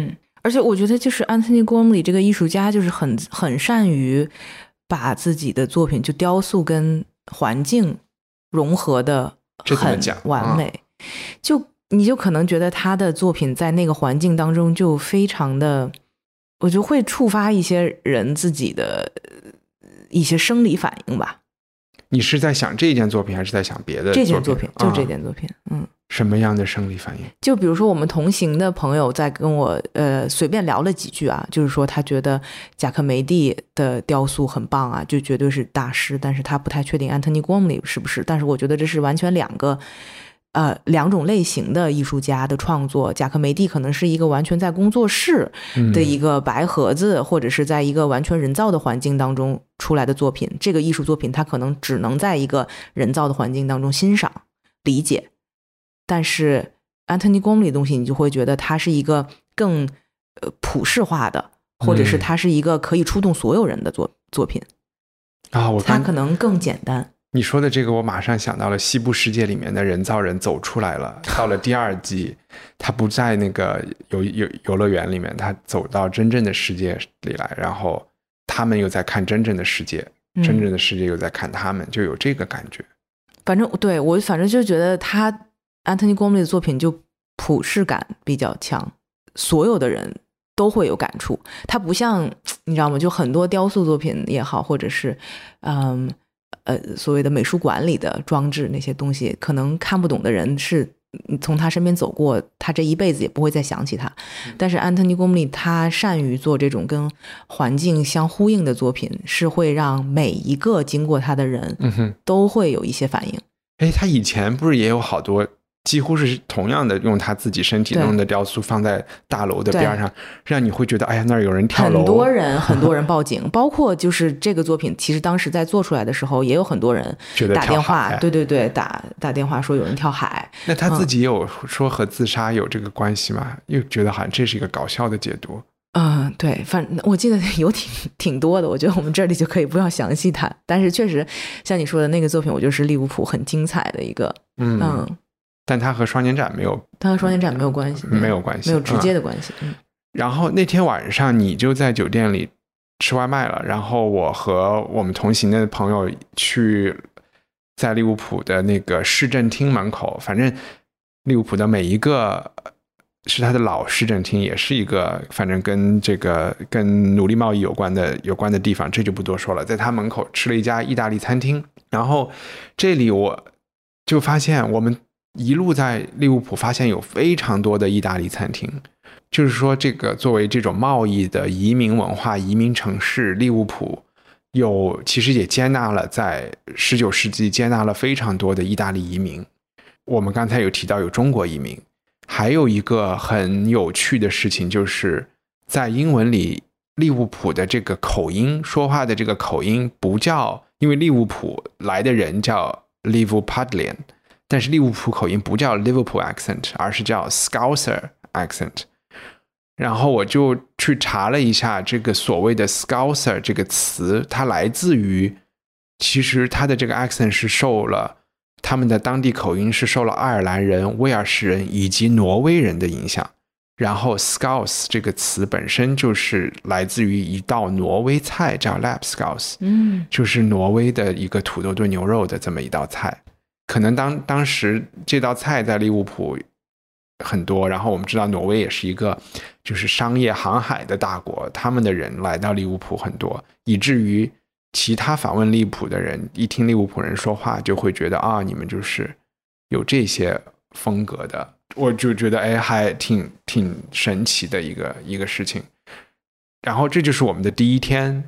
而且我觉得就是 Anthony Gormley 这个艺术家就是很善于把自己的作品就雕塑跟环境融合的很完美，就你就可能觉得他的作品在那个环境当中就非常的，我就会触发一些人自己的一些生理反应吧。 你是在想这件作品还是在想别的作品？ 这件作品，就这件作品。 什么样的生理反应？ 就比如说我们同行的朋友在跟我随便聊了几句啊，就是说他觉得贾克梅蒂的雕塑很棒啊，就绝对是大师，但是他不太确定 Anthony Gormley 是不是。但是我觉得这是完全两种类型的艺术家的创作。贾克梅蒂可能是一个完全在工作室的一个白盒子，或者是在一个完全人造的环境当中出来的作品，这个艺术作品它可能只能在一个人造的环境当中欣赏理解。但是 Anthony Gormley 的东西你就会觉得它是一个更普世化的，或者是它是一个可以触动所有人的作品啊，它可能更简单。 你说的这个我马上想到了西部世界里面的人造人走出来了，到了第2季他不在那个游乐园里面，他走到真正的世界里来，然后他们又在看真正的世界，真正的世界又在看他们，就有这个感觉。 反正对我反正就觉得他Anthony Gormley 的作品就普世感比较强，所有的人都会有感触。他不像你知道吗，就很多雕塑作品也好，或者是所谓的美术馆里的装置那些东西，可能看不懂的人是从他身边走过，他这一辈子也不会再想起他。但是 Anthony Gormley 他善于做这种跟环境相呼应的作品，是会让每一个经过他的人都会有一些反应。 他以前不是也有好多几乎是同样的用他自己身体弄的雕塑放在大楼的边上，让你会觉得哎呀那儿有人跳楼， 很多人报警包括就是这个作品其实当时在做出来的时候也有很多人打电话，对打电话说有人跳海。 那他自己有说和自杀有这个关系吗？又觉得好像这是一个搞笑的解读。 对，反正我记得有挺多的，我觉得我们这里就可以不要详细谈，但是确实像你说的那个作品我觉得是利物浦很精彩的一个但它和双年展没有关系， 没有关系， 没有直接的关系。 然后那天晚上你就在酒店里吃外卖了，然后我和我们同行的朋友去在利物浦的那个市政厅门口，反正利物浦的每一个是它的老市政厅，也是一个反正跟奴隶贸易有关的地方，这就不多说了。在它门口吃了一家意大利餐厅，然后这里我就发现我们一路在利物浦发现有非常多的意大利餐厅，就是说这个作为这种贸易的移民文化移民城市，利物浦其实也接纳了在19世纪接纳了非常多的意大利移民。我们刚才有提到有中国移民，还有一个很有趣的事情，就是在英文里利物浦的这个口音说话的这个口音不叫，因为利物浦来的人叫 Liverpudlian，但是利物浦口音不叫 Liverpool accent， 而是叫 Scouser accent。 然后我就去查了一下这个所谓的 Scouser 这个词，它来自于其实它的这个 accent 是受了他们的当地口音是受了爱尔兰人、威尔士人以及挪威人的影响。然后 Scouse 这个词本身就是来自于一道挪威菜叫 Lapskaus， 就是挪威的一个土豆炖牛肉的这么一道菜。可能当时这道菜在利物浦很多，然后我们知道挪威也是一个就是商业航海的大国，他们的人来到利物浦很多，以至于其他访问利物浦的人一听利物浦人说话就会觉得你们就是有这些风格的。我就觉得还挺神奇的一个事情。然后这就是我们的第一天。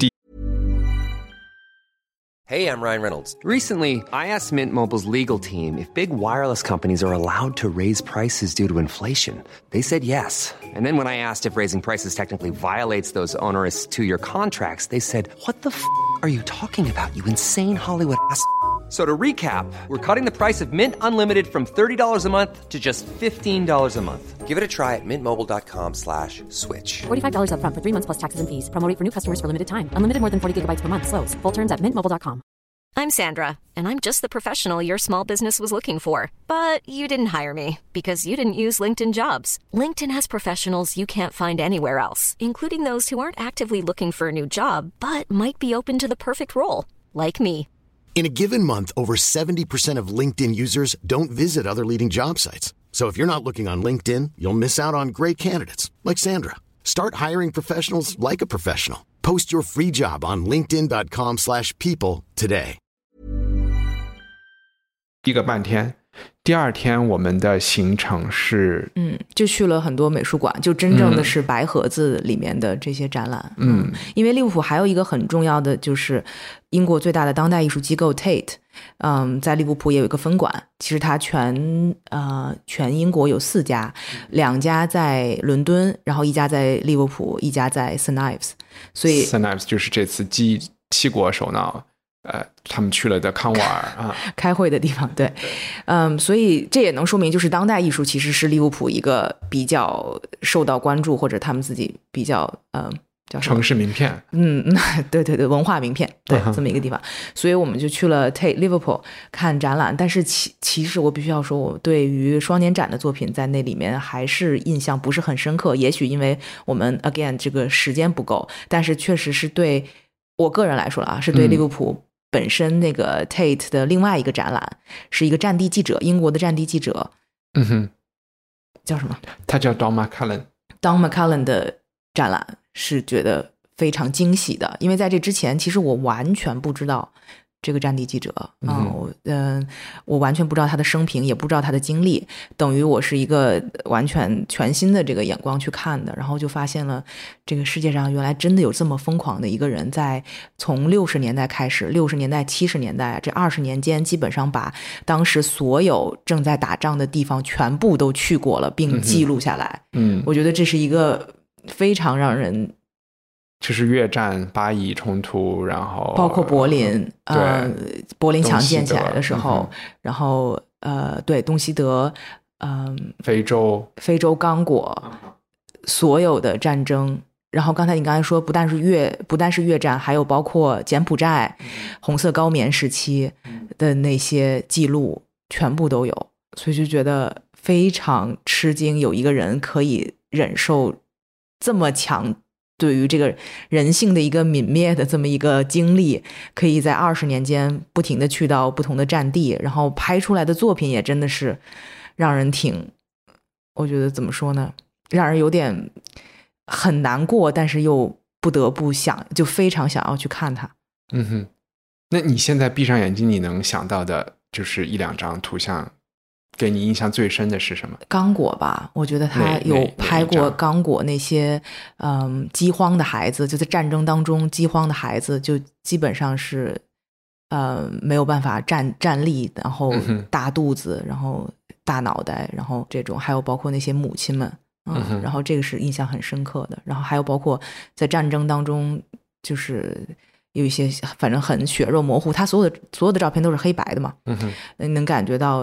Hey, I'm Ryan Reynolds. Recently, I asked Mint Mobile's legal team if big wireless companies are allowed to raise prices due to inflation. They said yes. And then when I asked if raising prices technically violates those onerous 2-year contracts, they said, "What the f*** are you talking about, you insane Hollywood ass?" So to recap, we're cutting the price of Mint Unlimited from $30 a month to just $15 a month. Give it a try at mintmobile.com/switch. $45 up front for 3 months plus taxes and fees. Promo rate for new customers for limited time. Unlimited more than 40 gigabytes per month. Slows full terms at mintmobile.com. I'm Sandra, and I'm just the professional your small business was looking for. But you didn't hire me because you didn't use LinkedIn Jobs. LinkedIn has professionals you can't find anywhere else, including those who aren't actively looking for a new job, but might be open to the perfect role, like me. In a given month, over 70% of LinkedIn users don't visit other leading job sites. So if you're not looking on LinkedIn, you'll miss out on great candidates like Sandra. Start hiring professionals like a professional. Post your free job on linkedin.com/people today. 1个半天，第2天我们的行程是就去了很多美术馆，就真正的是白盒子里面的这些展览。因为利物浦还有一个很重要的就是英国最大的当代艺术机构 Tate， 在利物浦也有一个分馆。其实它全英国有4家，2家在伦敦，然后1家在利物浦，1家在 St Ives。所以 St Ives 就是这次7国首脑他们去了的康沃尔啊， 开会的地方。对，所以这也能说明，就是当代艺术其实是利物浦一个比较受到关注，或者他们自己比较叫什么城市名片。 对对对，文化名片，对，这么一个地方。所以我们就去了 Tate Liverpool 看展览。但是其实我必须要说，我对于双年展的作品在那里面还是印象不是很深刻。也许因为我们 again 这个时间不够，但是确实是对我个人来说了啊，是对利物浦本身那个 Tate 的另外一个展览，是一个战地记者，英国的战地记者，叫什么？ 他叫 Don McCullin 的展览是觉得非常惊喜的，因为在这之前其实我完全不知道这个战地记者我完全不知道他的生平，也不知道他的经历，等于我是一个完全全新的这个眼光去看的，然后就发现了这个世界上原来真的有这么疯狂的一个人，在从60年代开始，60年代70年代这20年间，基本上把当时所有正在打仗的地方全部都去过了，并记录下来。我觉得这是一个非常让人， 就是越战、巴以冲突，然后包括柏林，柏林墙建起来的时候，然后对，东西德， 非洲刚果，所有的战争。然后刚才你刚才说，不但是越战，还有包括柬埔寨、红色高棉时期的那些记录，全部都有，所以就觉得非常吃惊，有一个人可以忍受这么强对于这个人性的一个泯灭的这么一个经历，可以在20年间不停的去到不同的战地，然后拍出来的作品也真的是让人我觉得怎么说呢，让人有点很难过，但是又不得不就非常想要去看它。 那你现在闭上眼睛，你能想到的就是1-2张图像，给你印象最深的是什么？ 刚果吧，我觉得他有拍过刚果那些饥荒的孩子，就在战争当中饥荒的孩子，就基本上是没有办法站立，然后大肚子，然后大脑袋，然后这种，还有包括那些母亲们，然后这个是印象很深刻的。然后还有包括在战争当中，就是有一些反正很血肉模糊，他所有的照片都是黑白的嘛，能感觉到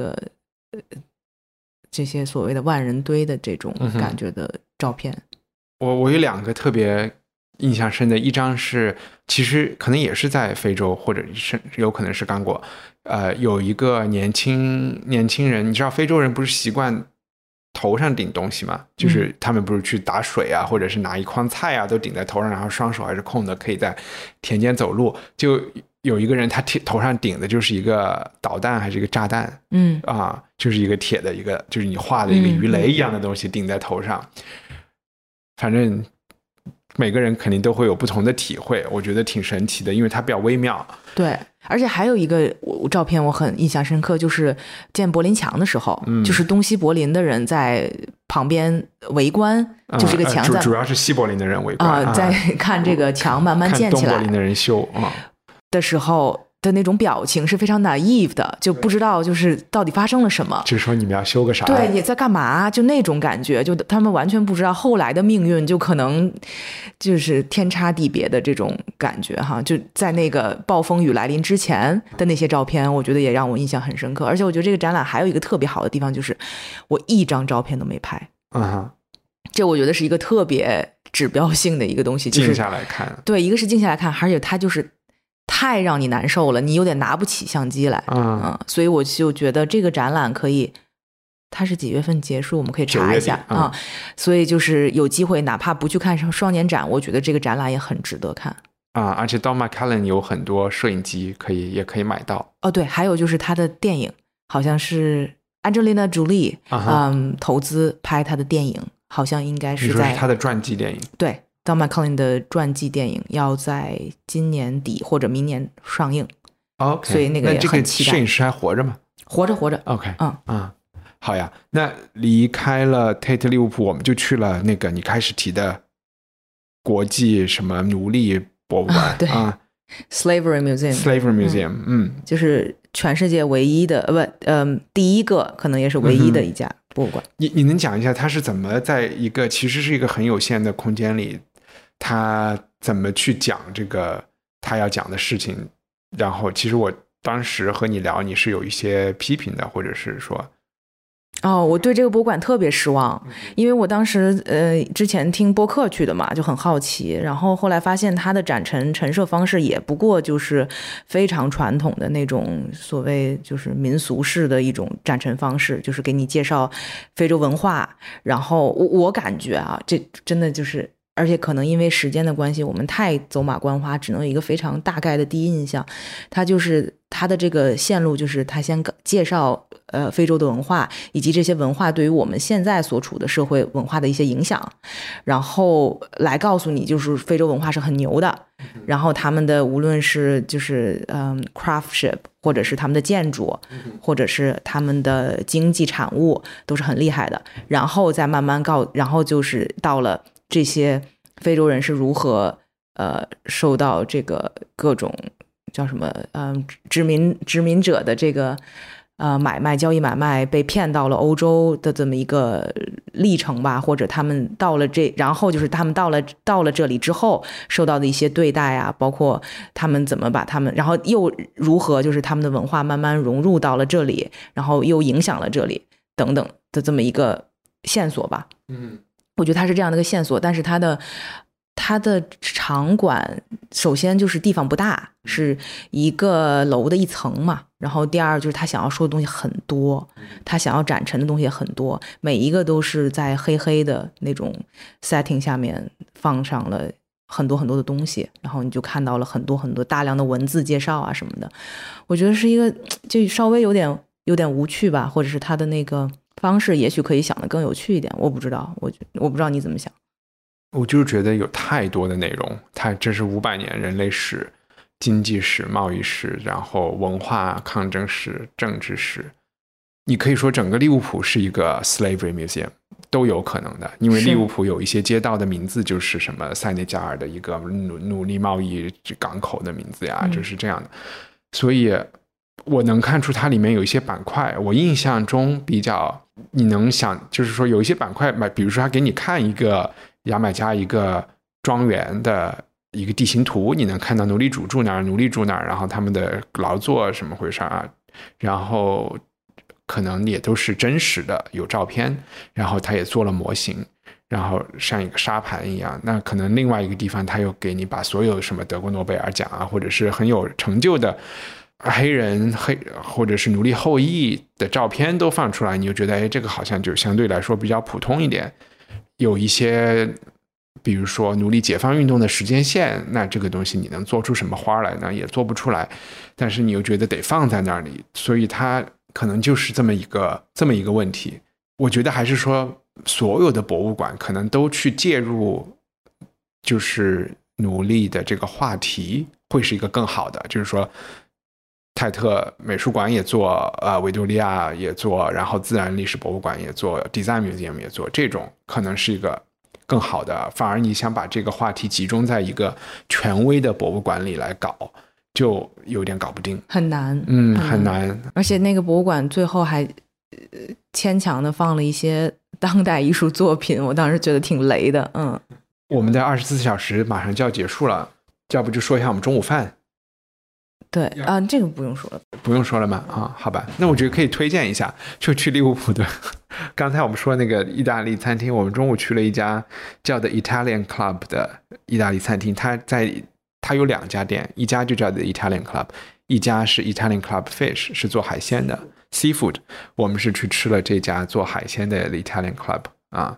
这些所谓的万人堆的这种感觉的照片。 我有2个特别印象深的，一张是其实可能也是在非洲，或者是有可能是刚果，有一个年轻人，你知道非洲人不是习惯头上顶东西嘛，就是他们不是去打水啊，或者是拿一筐菜啊都顶在头上，然后双手还是空的，可以在田间走路。就有一个人他头上顶的就是一个导弹还是一个炸弹，就是一个铁的一个，就是你画的一个鱼雷一样的东西顶在头上。反正每个人肯定都会有不同的体会，我觉得挺神奇的，因为它比较微妙。 对，而且还有一个照片我很印象深刻，就是建柏林墙的时候，就是东西柏林的人在旁边围观，就是这个墙主要是西柏林的人围观在看这个墙慢慢建起来， 看东柏林的人修的时候的那种表情是非常 naive 的，就不知道就是到底发生了什么， 就是说你们要修个啥， 对，你在干嘛，就那种感觉，就他们完全不知道后来的命运，就可能就是天差地别的这种感觉哈。就在那个暴风雨来临之前的那些照片，我觉得也让我印象很深刻。而且我觉得这个展览还有一个特别好的地方，就是我一张照片都没拍，这我觉得是一个特别指标性的一个东西，就是静下来看。 对，一个是静下来看，而且它就是太让你难受了，你有点拿不起相机来。所以我就觉得这个展览可以，它是几月份结束？我们可以查一下啊。所以就是有机会，哪怕不去看双年展，我觉得这个展览也很值得看啊。而且 Don McCullin 有很多摄影机也可以买到。 哦，对，还有就是他的电影，好像是 Angelina Jolie 投资拍他的电影，好像应该是你说是他的传记电影？ 对。Don McCullin 的传记电影要在今年底或者明年上映。 OK， 所以那个也很期待。 摄影师还活着吗？ 活着。 OK， 好呀。那离开了 Tate 利物浦，我们就去了那个你开始提的国际什么奴隶博物馆。 对，Slavery Museum。就是全世界唯一的第一个，可能也是唯一的一家博物馆。 你能讲一下他是怎么在一个其实是一个很有限的空间里，他怎么去讲这个他要讲的事情？然后其实我当时和你聊，你是有一些批评的，或者是说我对这个博物馆特别失望，因为我当时之前听播客去的嘛，就很好奇，然后后来发现它的陈设方式也不过就是非常传统的那种所谓就是民俗式的一种展陈方式，就是给你介绍非洲文化。然后我感觉啊，这真的就是，而且可能因为时间的关系，我们太走马观花，只能有一个非常大概的第一印象。它就是它的这个线路，就是它先介绍非洲的文化，以及这些文化对于我们现在所处的社会文化的一些影响，然后来告诉你就是非洲文化是很牛的，然后他们的无论是就是craftsmanship， 或者是他们的建筑，或者是他们的经济产物都是很厉害的，然后再慢慢然后就是到了这些非洲人是如何受到这个各种叫什么殖民者的这个交易买卖，被骗到了欧洲的这么一个历程吧，或者他们到了然后就是他们到了这里之后受到的一些对待啊，包括他们怎么把他们，然后又如何就是他们的文化慢慢融入到了这里，然后又影响了这里等等的这么一个线索吧。我觉得它是这样的一个线索，但是它的场馆首先就是地方不大，是一个楼的一层嘛，然后第二就是他想要说的东西很多，他想要展陈的东西也很多，每一个都是在黑黑的那种 setting 下面放上了很多很多的东西，然后你就看到了很多很多大量的文字介绍啊什么的。我觉得是一个就稍微有点无趣吧，或者是他的那个方式也许可以想得更有趣一点，我不知道我不知道你怎么想。 我就是觉得有太多的内容，这是500年人类史、经济史、贸易史，然后文化抗争史、政治史。你可以说整个利物浦是一个 slavery museum 都有可能的，因为利物浦有一些街道的名字就是什么塞内加尔的一个奴隶贸易港口的名字呀，就是这样的。所以我能看出它里面有一些板块，我印象中比较你能想就是说有一些板块，比如说他给你看一个牙买加一个庄园的一个地形图，你能看到奴隶主住哪儿，奴隶住哪儿，然后他们的劳作什么回事啊，然后可能也都是真实的，有照片，然后他也做了模型，然后像一个沙盘一样。那可能另外一个地方他又给你把所有什么德国诺贝尔奖啊，或者是很有成就的黑人或者是奴隶后裔的照片都放出来，你就觉得这个好像就相对来说比较普通一点。有一些比如说奴隶解放运动的时间线，那这个东西你能做出什么花来呢？也做不出来，但是你又觉得得放在那里，所以它可能就是这么一个问题。我觉得还是说所有的博物馆可能都去介入就是奴隶的这个话题会是一个更好的，就是说泰特美术馆也做，维多利亚也做，然后自然历史博物馆也做， Design Museum 也做，这种可能是一个更好的。反而你想把这个话题集中在一个权威的博物馆里来搞，就有点搞不定， 很难， 很难。 而且那个博物馆最后还牵强的放了一些当代艺术作品，我当时觉得挺雷的。 我们的24小时马上就要结束了，要不就说一下我们中午饭。 对啊，这个不用说了， 不用说了吗？好吧，那我觉得可以推荐一下，就去利物浦的。刚才我们说那个意大利餐厅，它中午去了一家叫的 Italian Club 的意大利餐厅，它它有2家店，一家就叫 The Italian Club， 一家是 Italian Club Fish， 是做海鲜的 Seafood。 我们是去吃了这家做海鲜的 The Italian Club 啊。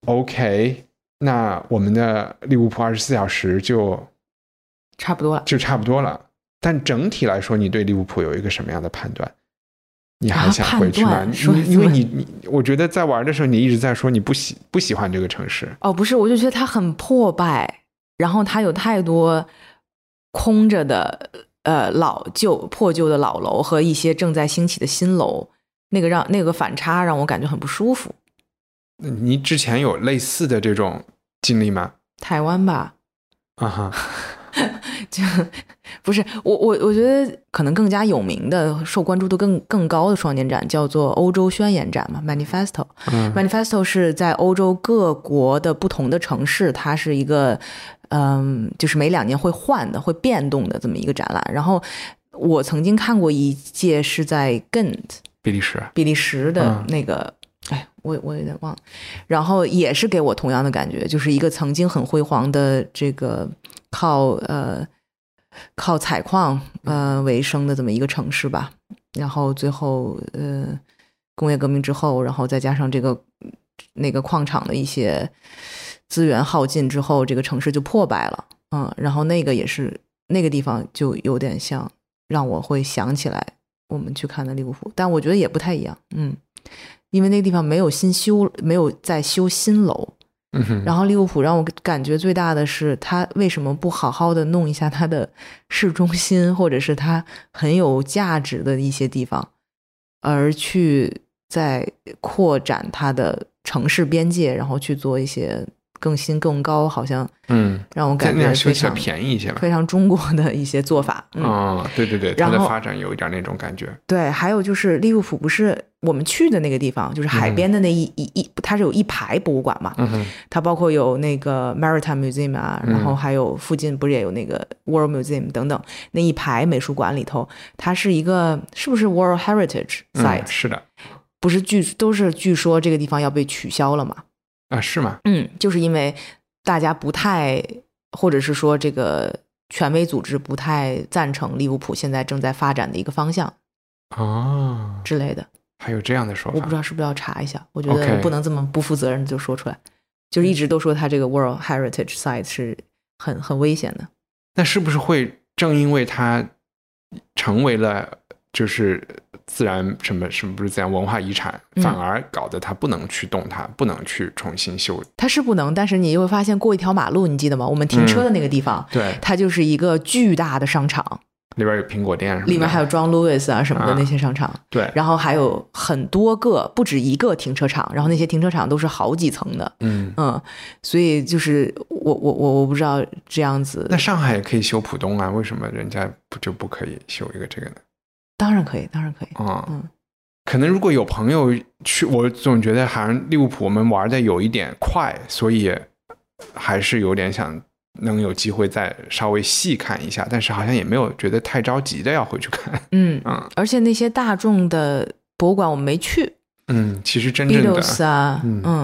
OK， 那我们的利物浦24小时就差不多了。但整体来说，你对利物浦有一个什么样的判断？你还想回去吗？因为你我觉得在玩的时候你一直在说你不喜欢这个城市。 哦，不是，我就觉得它很破败，然后它有太多空着的破旧的老楼和一些正在兴起的新楼，那个反差让我感觉很不舒服。 你之前有类似的这种经历吗？ 台湾吧。 啊哈。 就不是我觉得可能更加有名的、受关注度更高的双年展叫做欧洲宣言展嘛 Manifesto。Manifesto 是在欧洲各国的不同的城市，它是一个就是每2年会换的、会变动的这么一个展览。然后我曾经看过一届是在 Ghent 比利时的那个。我有点忘了，然后也是给我同样的感觉，就是一个曾经很辉煌的这个靠采矿为生的这么一个城市吧，然后最后工业革命之后，然后再加上那个矿场的一些资源耗尽之后，这个城市就破败了，然后那个也是那个地方就有点像让我会想起来我们去看的利物浦，但我觉得也不太一样，因为那个地方没有在修新楼，然后利物浦让我感觉最大的是他为什么不好好的弄一下他的市中心或者是他很有价值的一些地方，而去再扩展他的城市边界，然后去做一些更新更高，好像让我感觉非常便宜一些， 非常中国的一些做法。 对对对，它的发展有一点那种感觉。 对，还有就是利物浦不是我们去的那个地方，就是海边的那它是有一排博物馆嘛，它包括有那个 Maritime Museum 啊，然后还有附近不是也有那个 World Museum 等等，那一排美术馆里头，它是一个是不是 World Heritage Site？ 是的， 不是都是据说这个地方要被取消了嘛？ 是吗？ 就是因为大家不太，或者是说这个权威组织不太赞成利物浦现在正在发展的一个方向之类的。 还有这样的说法？ 我不知道是不是要查一下，我觉得不能这么不负责任就说出来，就是一直都说它这个 World Heritage Site 是很危险的。 那是不是会正因为它成为了就是自然什么不是自然文化遗产，反而搞得它不能去动它，不能去重新修？它是不能，但是你会发现过一条马路，你记得吗？我们停车的那个地方， 对， 它就是一个巨大的商场， 里边有苹果店什么的， 里面还有 John Lewis 啊什么的那些商场， 对， 然后还有很多个不止一个停车场，然后那些停车场都是好几层的，所以就是我不知道这样子。 那上海也可以修浦东啊，为什么人家就不可以修一个这个呢？ 当然可以。 可能如果有朋友去，我总觉得好像利物浦我们玩的有一点快，所以还是有点想能有机会再稍微细看一下，但是好像也没有觉得太着急的要回去看。 而且那些大众的博物馆我们没去。 其实真正的 Beatles 啊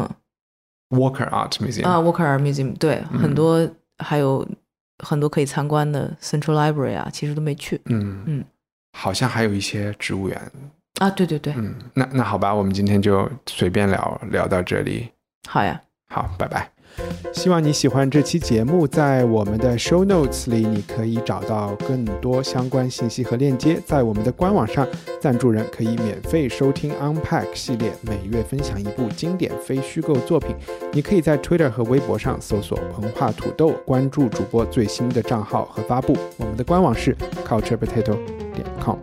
Walker Art Museum Walker Art Museum 对，很多还有很多可以参观的 Central Library 啊，其实都没去。 好像还有一些植物园啊，对对对。 那好吧，我们今天就随便聊到这里。 好呀， 好，拜拜。希望你喜欢这期节目，在我们的 show notes 里你可以找到更多相关信息和链接。在我们的官网上，赞助人可以免费收听 Unpack 系列，每月分享一部经典非虚构作品。你可以在 Twitter 和微博上搜索文化土豆，关注主播最新的账号和发布。我们的官网是 culturepotato.com。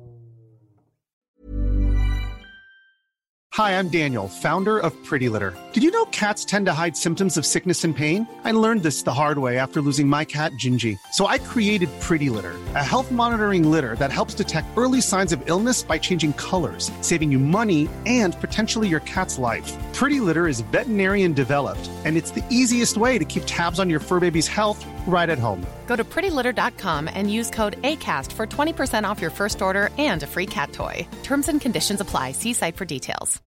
Hi, I'm Daniel, founder of Pretty Litter. Did you know cats tend to hide symptoms of sickness and pain? I learned this the hard way after losing my cat, Gingy. So I created Pretty Litter, a health monitoring litter that helps detect early signs of illness by changing colors, saving you money and potentially your cat's life. Pretty Litter is veterinarian developed, and it's the easiest way to keep tabs on your fur baby's health right at home. Go to prettylitter.com and use code ACAST for 20% off your first order and a free cat toy. Terms and conditions apply. See site for details.